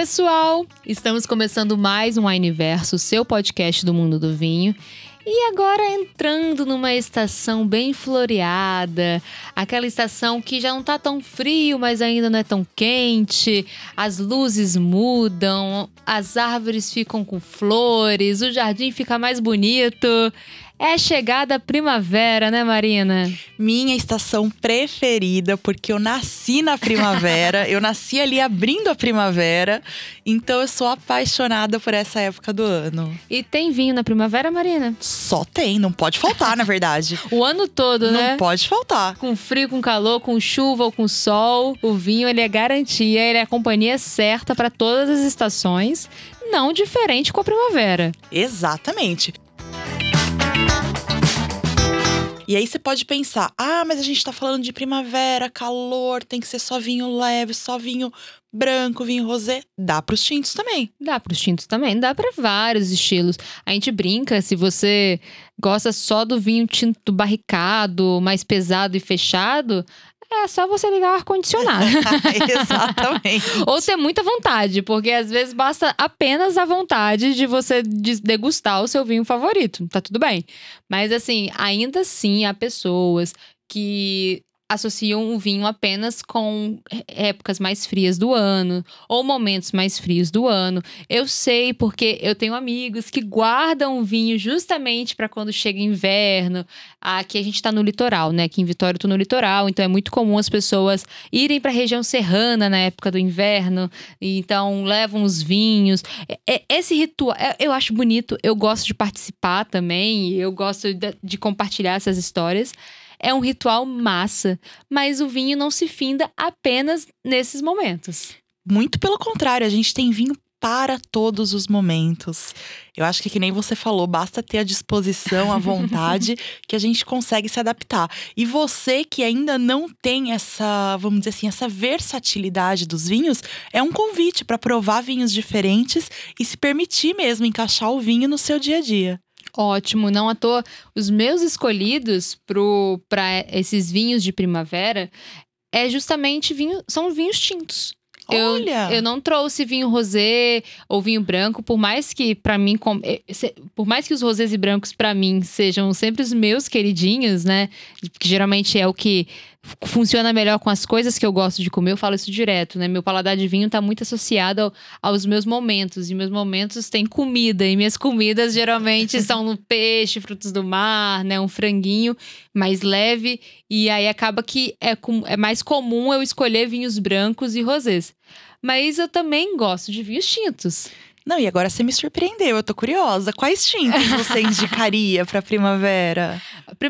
pessoal! Estamos começando mais um Wineverso, seu podcast do mundo do vinho. E agora entrando numa estação bem floreada, aquela estação que já não tá tão frio, mas ainda não é tão quente, as luzes mudam, as árvores ficam com flores, o jardim fica mais bonito. É chegada a primavera, né, Marina? Minha estação preferida, porque eu nasci na primavera, eu nasci ali abrindo a primavera, então eu sou apaixonada por essa época do ano. E tem vinho na primavera, Marina? Só tem, não pode faltar, na verdade. O ano todo, né? Não pode faltar. Com frio, com calor, com chuva ou com sol, o vinho ele é garantia, ele é a companhia certa para todas as estações, não diferente com a primavera. Exatamente. E aí você pode pensar, mas a gente tá falando de primavera, calor, tem que ser só vinho leve, só vinho branco, vinho rosé. Dá pros tintos também. Dá pros tintos também, dá para vários estilos. A gente brinca, se você gosta só do vinho tinto barricado, mais pesado e fechado, é só você ligar o ar-condicionado. Exatamente. Ou ter muita vontade, porque às vezes basta apenas a vontade de você degustar o seu vinho favorito. Tá tudo bem. Mas assim, ainda assim há pessoas que associam o vinho apenas com épocas mais frias do ano ou momentos mais frios do ano. Eu sei porque eu tenho amigos que guardam o vinho justamente para quando chega inverno. Aqui a gente tá no litoral, né? Aqui em Vitória eu tô no litoral, então é muito comum as pessoas irem para a região serrana na época do inverno, e então levam os vinhos. Esse ritual, eu acho bonito, eu gosto de participar também, eu gosto de compartilhar essas histórias. É um ritual massa, mas o vinho não se finda apenas nesses momentos. Muito pelo contrário, a gente tem vinho para todos os momentos. Eu acho que nem você falou, basta ter a disposição, a vontade, que a gente consegue se adaptar. E você que ainda não tem essa, vamos dizer assim, essa versatilidade dos vinhos, é um convite para provar vinhos diferentes e se permitir mesmo encaixar o vinho no seu dia a dia. Ótimo, não à toa. Os meus escolhidos para esses vinhos de primavera são vinhos tintos. Olha! Eu não trouxe vinho rosé ou vinho branco, por mais que para mim, por mais que os rosés e brancos para mim sejam sempre os meus queridinhos, né? Que geralmente é o que funciona melhor com as coisas que eu gosto de comer, eu falo isso direto, né? Meu paladar de vinho tá muito associado aos meus momentos. E meus momentos têm comida. E minhas comidas geralmente são no peixe, frutos do mar, né? Um franguinho mais leve. E aí acaba que é mais comum eu escolher vinhos brancos e rosés. Mas eu também gosto de vinhos tintos. Não, e agora você me surpreendeu, eu tô curiosa. Quais tintos você indicaria pra primavera?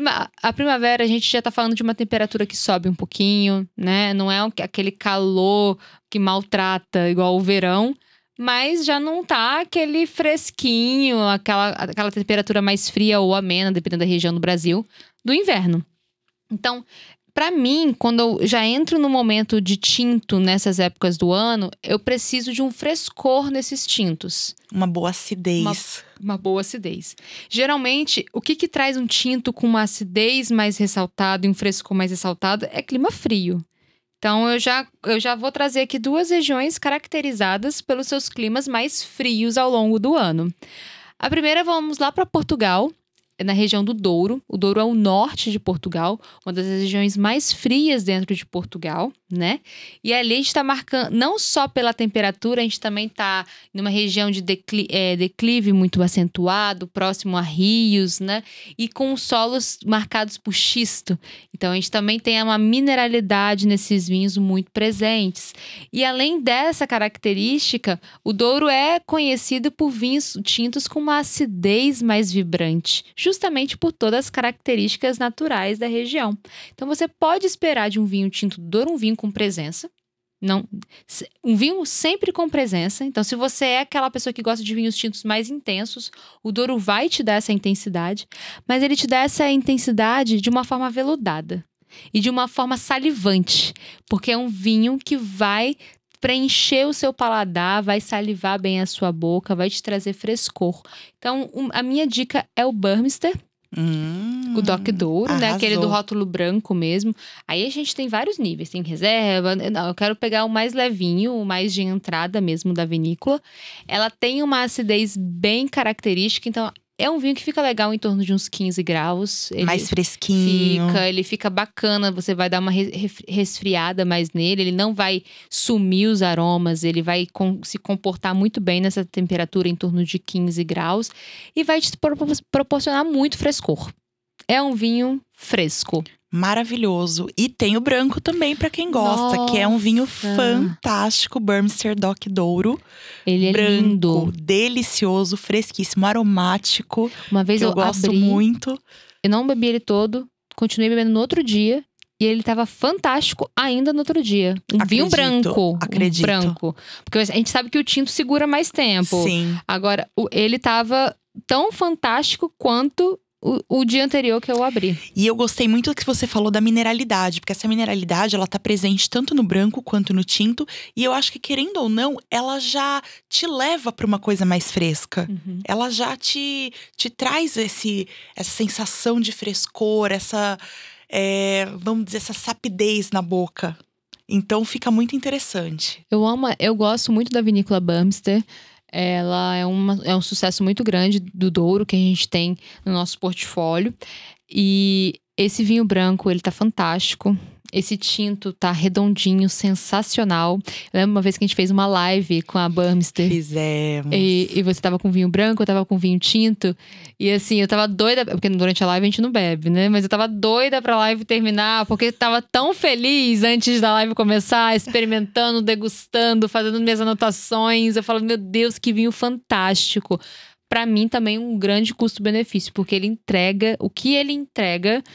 A primavera, a gente já tá falando de uma temperatura que sobe um pouquinho, né? Não é aquele calor que maltrata igual o verão, mas já não tá aquele fresquinho, aquela temperatura mais fria ou amena, dependendo da região do Brasil, do inverno. Então, pra mim, quando eu já entro no momento de tinto nessas épocas do ano, eu preciso de um frescor nesses tintos. Uma boa acidez. Uma boa acidez. Geralmente, o que traz um tinto com uma acidez mais ressaltada e um frescor mais ressaltado é clima frio. Então, eu já vou trazer aqui duas regiões caracterizadas pelos seus climas mais frios ao longo do ano. A primeira, vamos lá para Portugal. Na região do Douro. O Douro é o norte de Portugal, uma das regiões mais frias dentro de Portugal, né? E ali a gente está marcando, não só pela temperatura, a gente também está numa região de declive muito acentuado, próximo a rios, né? E com solos marcados por xisto. Então a gente também tem uma mineralidade nesses vinhos muito presentes. E além dessa característica, o Douro é conhecido por vinhos tintos com uma acidez mais vibrante, justamente por todas as características naturais da região. Então você pode esperar de um vinho tinto do Douro um vinho com presença. Não, um vinho sempre com presença. Então, se você é aquela pessoa que gosta de vinhos tintos mais intensos, o Douro vai te dar essa intensidade, mas ele te dá essa intensidade de uma forma aveludada e de uma forma salivante, porque é um vinho que vai preencher o seu paladar, vai salivar bem a sua boca, vai te trazer frescor. Então, a minha dica é o Burmester, O DOC Douro, né? Aquele do arrasou. rótulo branco mesmo. Aí a gente tem vários níveis. Tem reserva. Não, eu quero pegar o mais levinho, o mais de entrada mesmo da vinícola. Ela tem uma acidez bem característica. Então, é um vinho que fica legal em torno de uns 15 graus. Mais fresquinho. Ele fica bacana. Você vai dar uma resfriada mais nele. Ele não vai sumir os aromas. Ele vai se comportar muito bem nessa temperatura em torno de 15 graus. E vai te proporcionar muito frescor. É um vinho fresco. Maravilhoso. E tem o branco também, pra quem gosta. Que é um vinho fantástico. Burmester DOC Douro. Ele é branco, lindo. delicioso, fresquíssimo, aromático. Uma vez Que eu eu gosto abri, muito. eu não bebi ele todo. Continuei bebendo no outro dia. E ele tava fantástico ainda no outro dia. Vinho branco. Acredito. Branco. Porque a gente sabe que o tinto segura mais tempo. Sim. Agora, ele tava tão fantástico quanto o dia anterior que eu abri. E eu gostei muito do que você falou da mineralidade. Porque essa mineralidade, ela tá presente tanto no branco quanto no tinto. E eu acho que, querendo ou não, ela já te leva pra uma coisa mais fresca. Ela já te traz essa sensação de frescor, vamos dizer, essa sapidez na boca. Então fica muito interessante. Eu gosto muito da vinícola Burmester. Ela é um sucesso muito grande do Douro que a gente tem no nosso portfólio. E esse vinho branco, ele tá fantástico. Esse tinto tá redondinho, sensacional. Eu lembro uma vez que a gente fez uma live com a Burmester. Fizemos. E você tava com vinho branco, eu tava com vinho tinto. E assim, eu tava doida, porque durante a live a gente não bebe, né? Mas eu tava doida pra live terminar, porque eu tava tão feliz antes da live começar, experimentando, degustando, fazendo minhas anotações. Eu falo, meu Deus, que vinho fantástico. Pra mim também um grande custo-benefício, porque ele entrega, o que ele entrega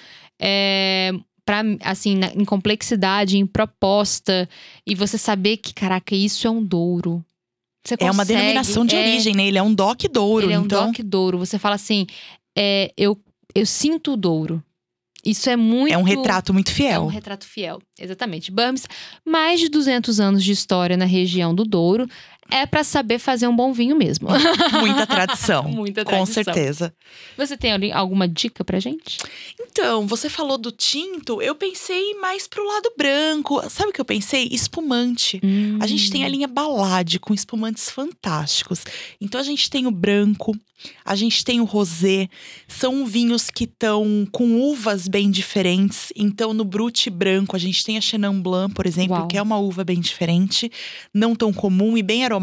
assim, em complexidade, em proposta, e você saber que, caraca, isso é um Douro. Você consegue, é uma denominação de origem, né? Ele é um DOC Douro. Ele é um então... DOC Douro. Você fala assim, eu sinto o Douro. Isso é muito… É um retrato muito fiel. É um retrato fiel, exatamente. Burmester, mais de 200 anos de história na região do Douro. É pra saber fazer um bom vinho mesmo. Muita tradição. Muita tradição. Com certeza. Você tem alguma dica pra gente? Então, você falou do tinto, eu pensei mais pro lado branco. Sabe o que eu pensei? Espumante. A gente tem a linha Balade com espumantes fantásticos. Então a gente tem o branco, a gente tem o rosé. São vinhos que estão com uvas bem diferentes. Então no Brut branco a gente tem a Chenin Blanc, por exemplo, que é uma uva bem diferente. Não tão comum e bem aromática.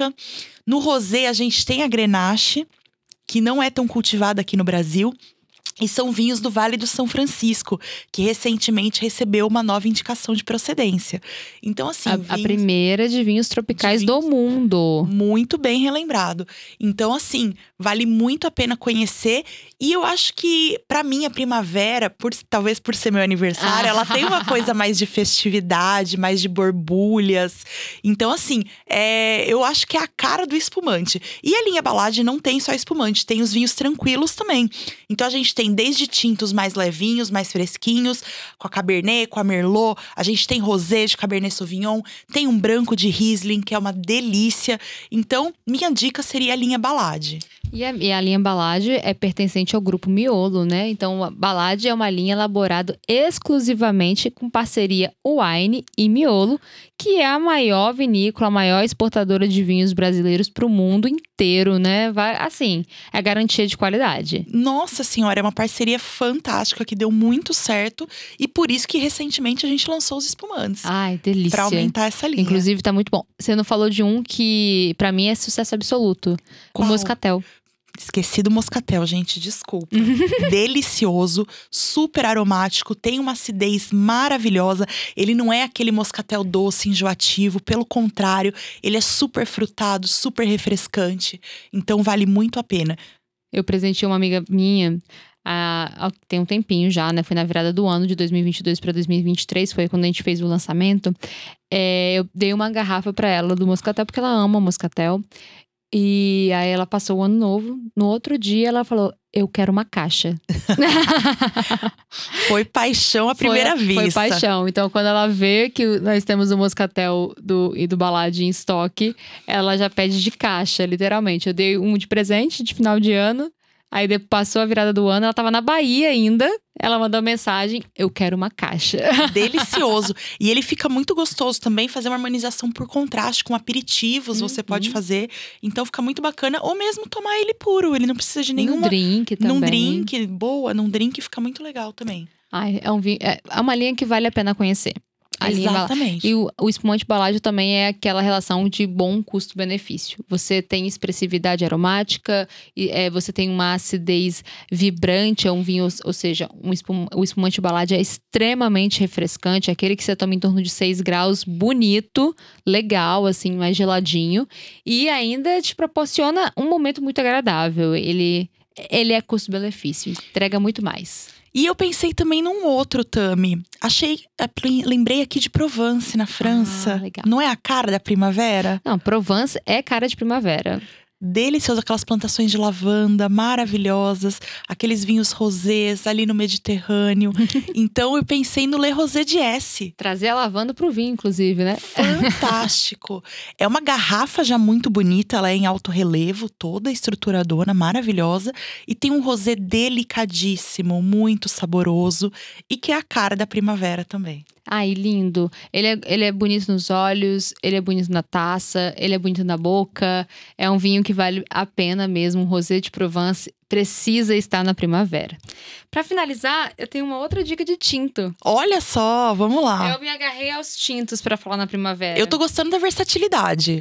No rosé a gente tem a Grenache, que não é tão cultivada aqui no Brasil. E são vinhos do Vale do São Francisco, que recentemente recebeu uma nova indicação de procedência. Então, assim… A primeira de vinhos tropicais do mundo. Muito bem relembrado. Então, assim, vale muito a pena conhecer. E eu acho que, pra mim, a primavera, talvez por ser meu aniversário, ela tem uma coisa mais de festividade, mais de borbulhas. Então, assim, eu acho que é a cara do espumante. E a linha Balade não tem só espumante, tem os vinhos tranquilos também. Então, a gente tem desde tintos mais levinhos, mais fresquinhos, com a Cabernet, com a Merlot. A gente tem rosé de Cabernet Sauvignon. Tem um branco de Riesling, que é uma delícia. Então, minha dica seria a linha Balade. E a linha Balade é pertencente ao grupo Miolo, né? Então, a Balade é uma linha elaborada exclusivamente com parceria Wine e Miolo, que é a maior vinícola, a maior exportadora de vinhos brasileiros para o mundo inteiro, né? Assim, é a garantia de qualidade. Nossa senhora, é uma parceria fantástica que deu muito certo. E por isso que recentemente a gente lançou os espumantes. Ai, delícia. Pra aumentar essa linha. Inclusive, tá muito bom. Você não falou de um que, pra mim, é sucesso absoluto. O Moscatel. Esqueci do moscatel, gente, desculpa. Delicioso, super aromático, tem uma acidez maravilhosa. Ele não é aquele moscatel doce, enjoativo, pelo contrário, ele é super frutado, super refrescante. Então vale muito a pena. Eu presenteei uma amiga minha, tem um tempinho já, né? Foi na virada do ano de 2022 para 2023, foi quando a gente fez o lançamento. Eu dei uma garrafa para ela do moscatel, porque ela ama moscatel. E aí ela passou o ano novo. No outro dia ela falou, eu quero uma caixa. Foi paixão à primeira vista. Foi paixão. Então quando ela vê que nós temos o moscatel e do Balade em estoque, ela já pede de caixa, literalmente. Eu dei um de presente de final de ano. Aí depois passou a virada do ano, ela tava na Bahia ainda. Ela mandou mensagem: eu quero uma caixa. Delicioso. E ele fica muito gostoso também, fazer uma harmonização por contraste, com aperitivos você pode fazer. Então fica muito bacana. Ou mesmo tomar ele puro, ele não precisa de nenhuma… Num drink também. Num drink, boa. Num drink fica muito legal também. Ai, é um vinho, é uma linha que vale a pena conhecer. Exatamente. E o espumante Balágio também é aquela relação de bom custo-benefício. Você tem expressividade aromática, você tem uma acidez vibrante, é um vinho, ou seja, o espumante Balágio é extremamente refrescante, é aquele que você toma em torno de 6 graus, bonito, legal, assim, mais geladinho. E ainda te proporciona um momento muito agradável. Ele é custo-benefício, entrega muito mais. E eu pensei também num outro, Tami. Lembrei aqui de Provence, na França. Legal. Não é a cara da primavera? Não, Provence é cara de primavera. Delicioso, aquelas plantações de lavanda maravilhosas, aqueles vinhos rosés ali no Mediterrâneo. Então eu pensei no Le Rosé de S. Trazer a lavanda pro vinho, inclusive, né? Fantástico! É uma garrafa já muito bonita, ela é em alto relevo, toda estruturadona, maravilhosa. E tem um rosé delicadíssimo, muito saboroso e que é a cara da primavera também. Ai, lindo. Ele é bonito nos olhos, ele é bonito na taça, ele é bonito na boca. É um vinho que vale a pena mesmo. Um rosé de Provence precisa estar na primavera. Pra finalizar, eu tenho uma outra dica de tinto. Olha só, vamos lá. Eu me agarrei aos tintos pra falar na primavera. Eu tô gostando da versatilidade.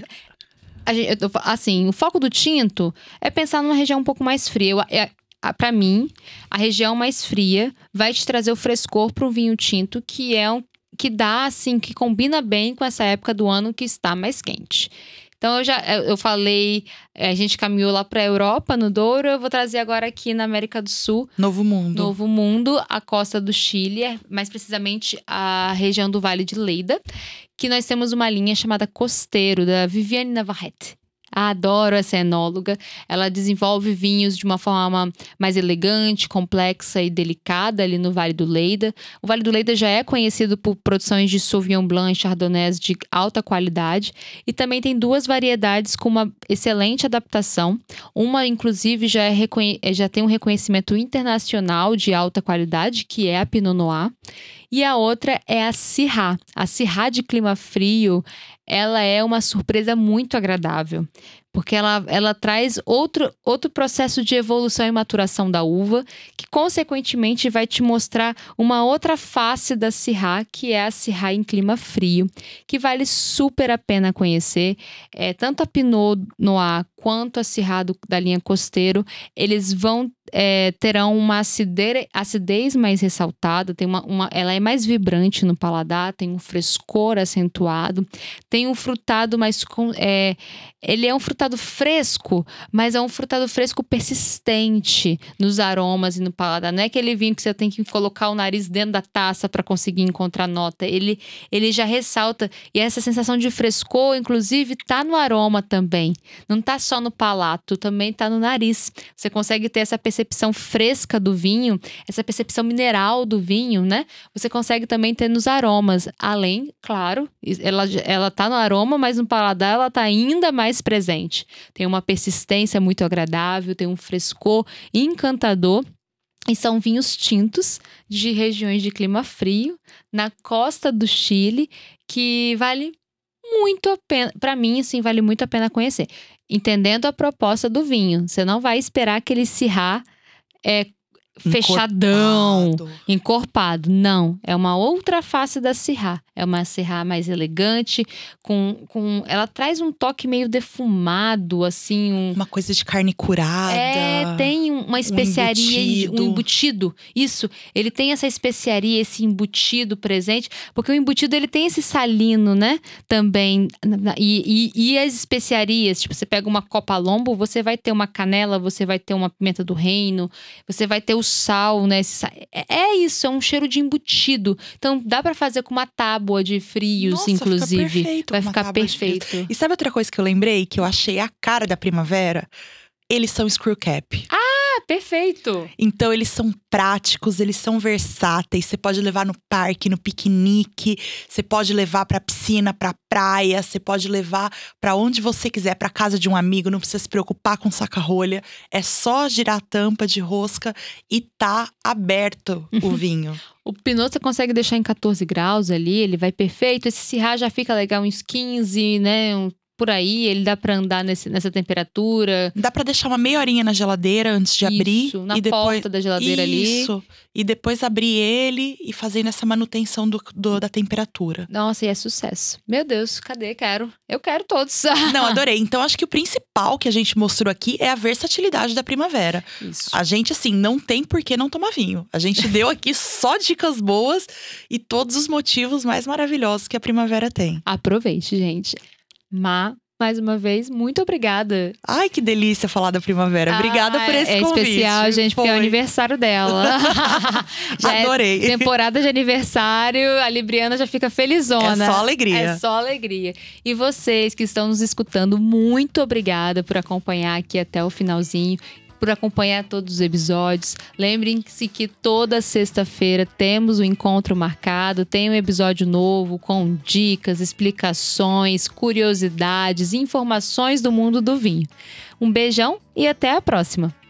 Assim, o foco do tinto é pensar numa região um pouco mais fria. Pra mim, a região mais fria vai te trazer o frescor para um vinho tinto que dá, assim, que combina bem com essa época do ano que está mais quente. Então, eu falei, a gente caminhou lá para a Europa, no Douro. Eu vou trazer agora aqui na América do Sul. Novo Mundo, a costa do Chile, mais precisamente a região do Vale de Lleida, que nós temos uma linha chamada Costeiro, da Viviane Navarrete. Adoro essa enóloga. Ela desenvolve vinhos de uma forma mais elegante, complexa e delicada ali no Vale do Lleida. O Vale do Lleida já é conhecido por produções de Sauvignon Blanc e Chardonnays de alta qualidade. E também tem 2 variedades com uma excelente adaptação. Uma, inclusive, já tem um reconhecimento internacional de alta qualidade, que é a Pinot Noir. E a outra é a Syrah. A Syrah de clima frio, ela é uma surpresa muito agradável. Porque ela traz outro processo de evolução e maturação da uva, que consequentemente vai te mostrar uma outra face da Syrah, que é a Syrah em clima frio, que vale super a pena conhecer. Tanto a Pinot Noir quanto a Syrah da linha Costeiro, eles terão uma acidez mais ressaltada, ela é mais vibrante no paladar, tem um frescor acentuado, tem um frutado mais… ele é um frutado fresco, mas é um frutado fresco persistente nos aromas e no paladar. Não é aquele vinho que você tem que colocar o nariz dentro da taça para conseguir encontrar nota. Ele já ressalta. E essa sensação de frescor, inclusive, tá no aroma também. Não tá só no palato, também tá no nariz. Você consegue ter essa percepção fresca do vinho, essa percepção mineral do vinho, né? Você consegue também ter nos aromas. Além, claro, ela tá no aroma, mas no paladar ela tá ainda mais presente. Tem uma persistência muito agradável, tem um frescor encantador. E são vinhos tintos de regiões de clima frio, na costa do Chile, que vale muito a pena. Para mim, assim, vale muito a pena conhecer. Entendendo a proposta do vinho. Você não vai esperar aquele Syrah fechadão, encorpado. Não, é uma outra face da Syrah. É uma Syrah mais elegante, ela traz um toque meio defumado, assim. Uma coisa de carne curada. Tem uma especiaria, um embutido. Isso, ele tem essa especiaria, esse embutido presente, porque o embutido, ele tem esse salino, né? Também. E as especiarias, tipo, você pega uma copa lombo, você vai ter uma canela, você vai ter uma pimenta do reino, você vai ter o sal, né? Isso, é um cheiro de embutido. Então, dá pra fazer com uma tábua de frios, nossa, inclusive. Vai ficar perfeito. E sabe outra coisa que eu lembrei? Que eu achei a cara da primavera? Eles são screw cap. Perfeito! Então, eles são práticos, eles são versáteis. Você pode levar no parque, no piquenique. Você pode levar pra piscina, pra praia. Você pode levar pra onde você quiser, pra casa de um amigo. Não precisa se preocupar com saca-rolha. É só girar a tampa de rosca e tá aberto o vinho. O Pinot você consegue deixar em 14 graus ali, ele vai perfeito. Esse Syrah já fica legal uns 15, né? Por aí, ele dá pra andar nessa temperatura. Dá pra deixar uma meia horinha na geladeira antes de abrir. Isso, na e depois, porta da geladeira ali. Isso. E depois abrir ele e fazendo essa manutenção da temperatura. Nossa, e é sucesso. Meu Deus, cadê? Quero. Eu quero todos. Não, adorei. Então, acho que o principal que a gente mostrou aqui é a versatilidade da primavera. Isso. A gente, assim, não tem por que não tomar vinho. A gente deu aqui só dicas boas e todos os motivos mais maravilhosos que a primavera tem. Aproveite, gente. Mais uma vez, muito obrigada. Ai, que delícia falar da primavera. Obrigada por esse convite. É especial, gente, porque é o aniversário dela. Já adorei. É temporada de aniversário, a Libriana já fica felizona. É só alegria. É só alegria. E vocês que estão nos escutando, muito obrigada por acompanhar aqui até o finalzinho. Por acompanhar todos os episódios. Lembrem-se que toda sexta-feira temos um encontro marcado, tem um episódio novo com dicas, explicações, curiosidades, informações do mundo do vinho. Um beijão e até a próxima!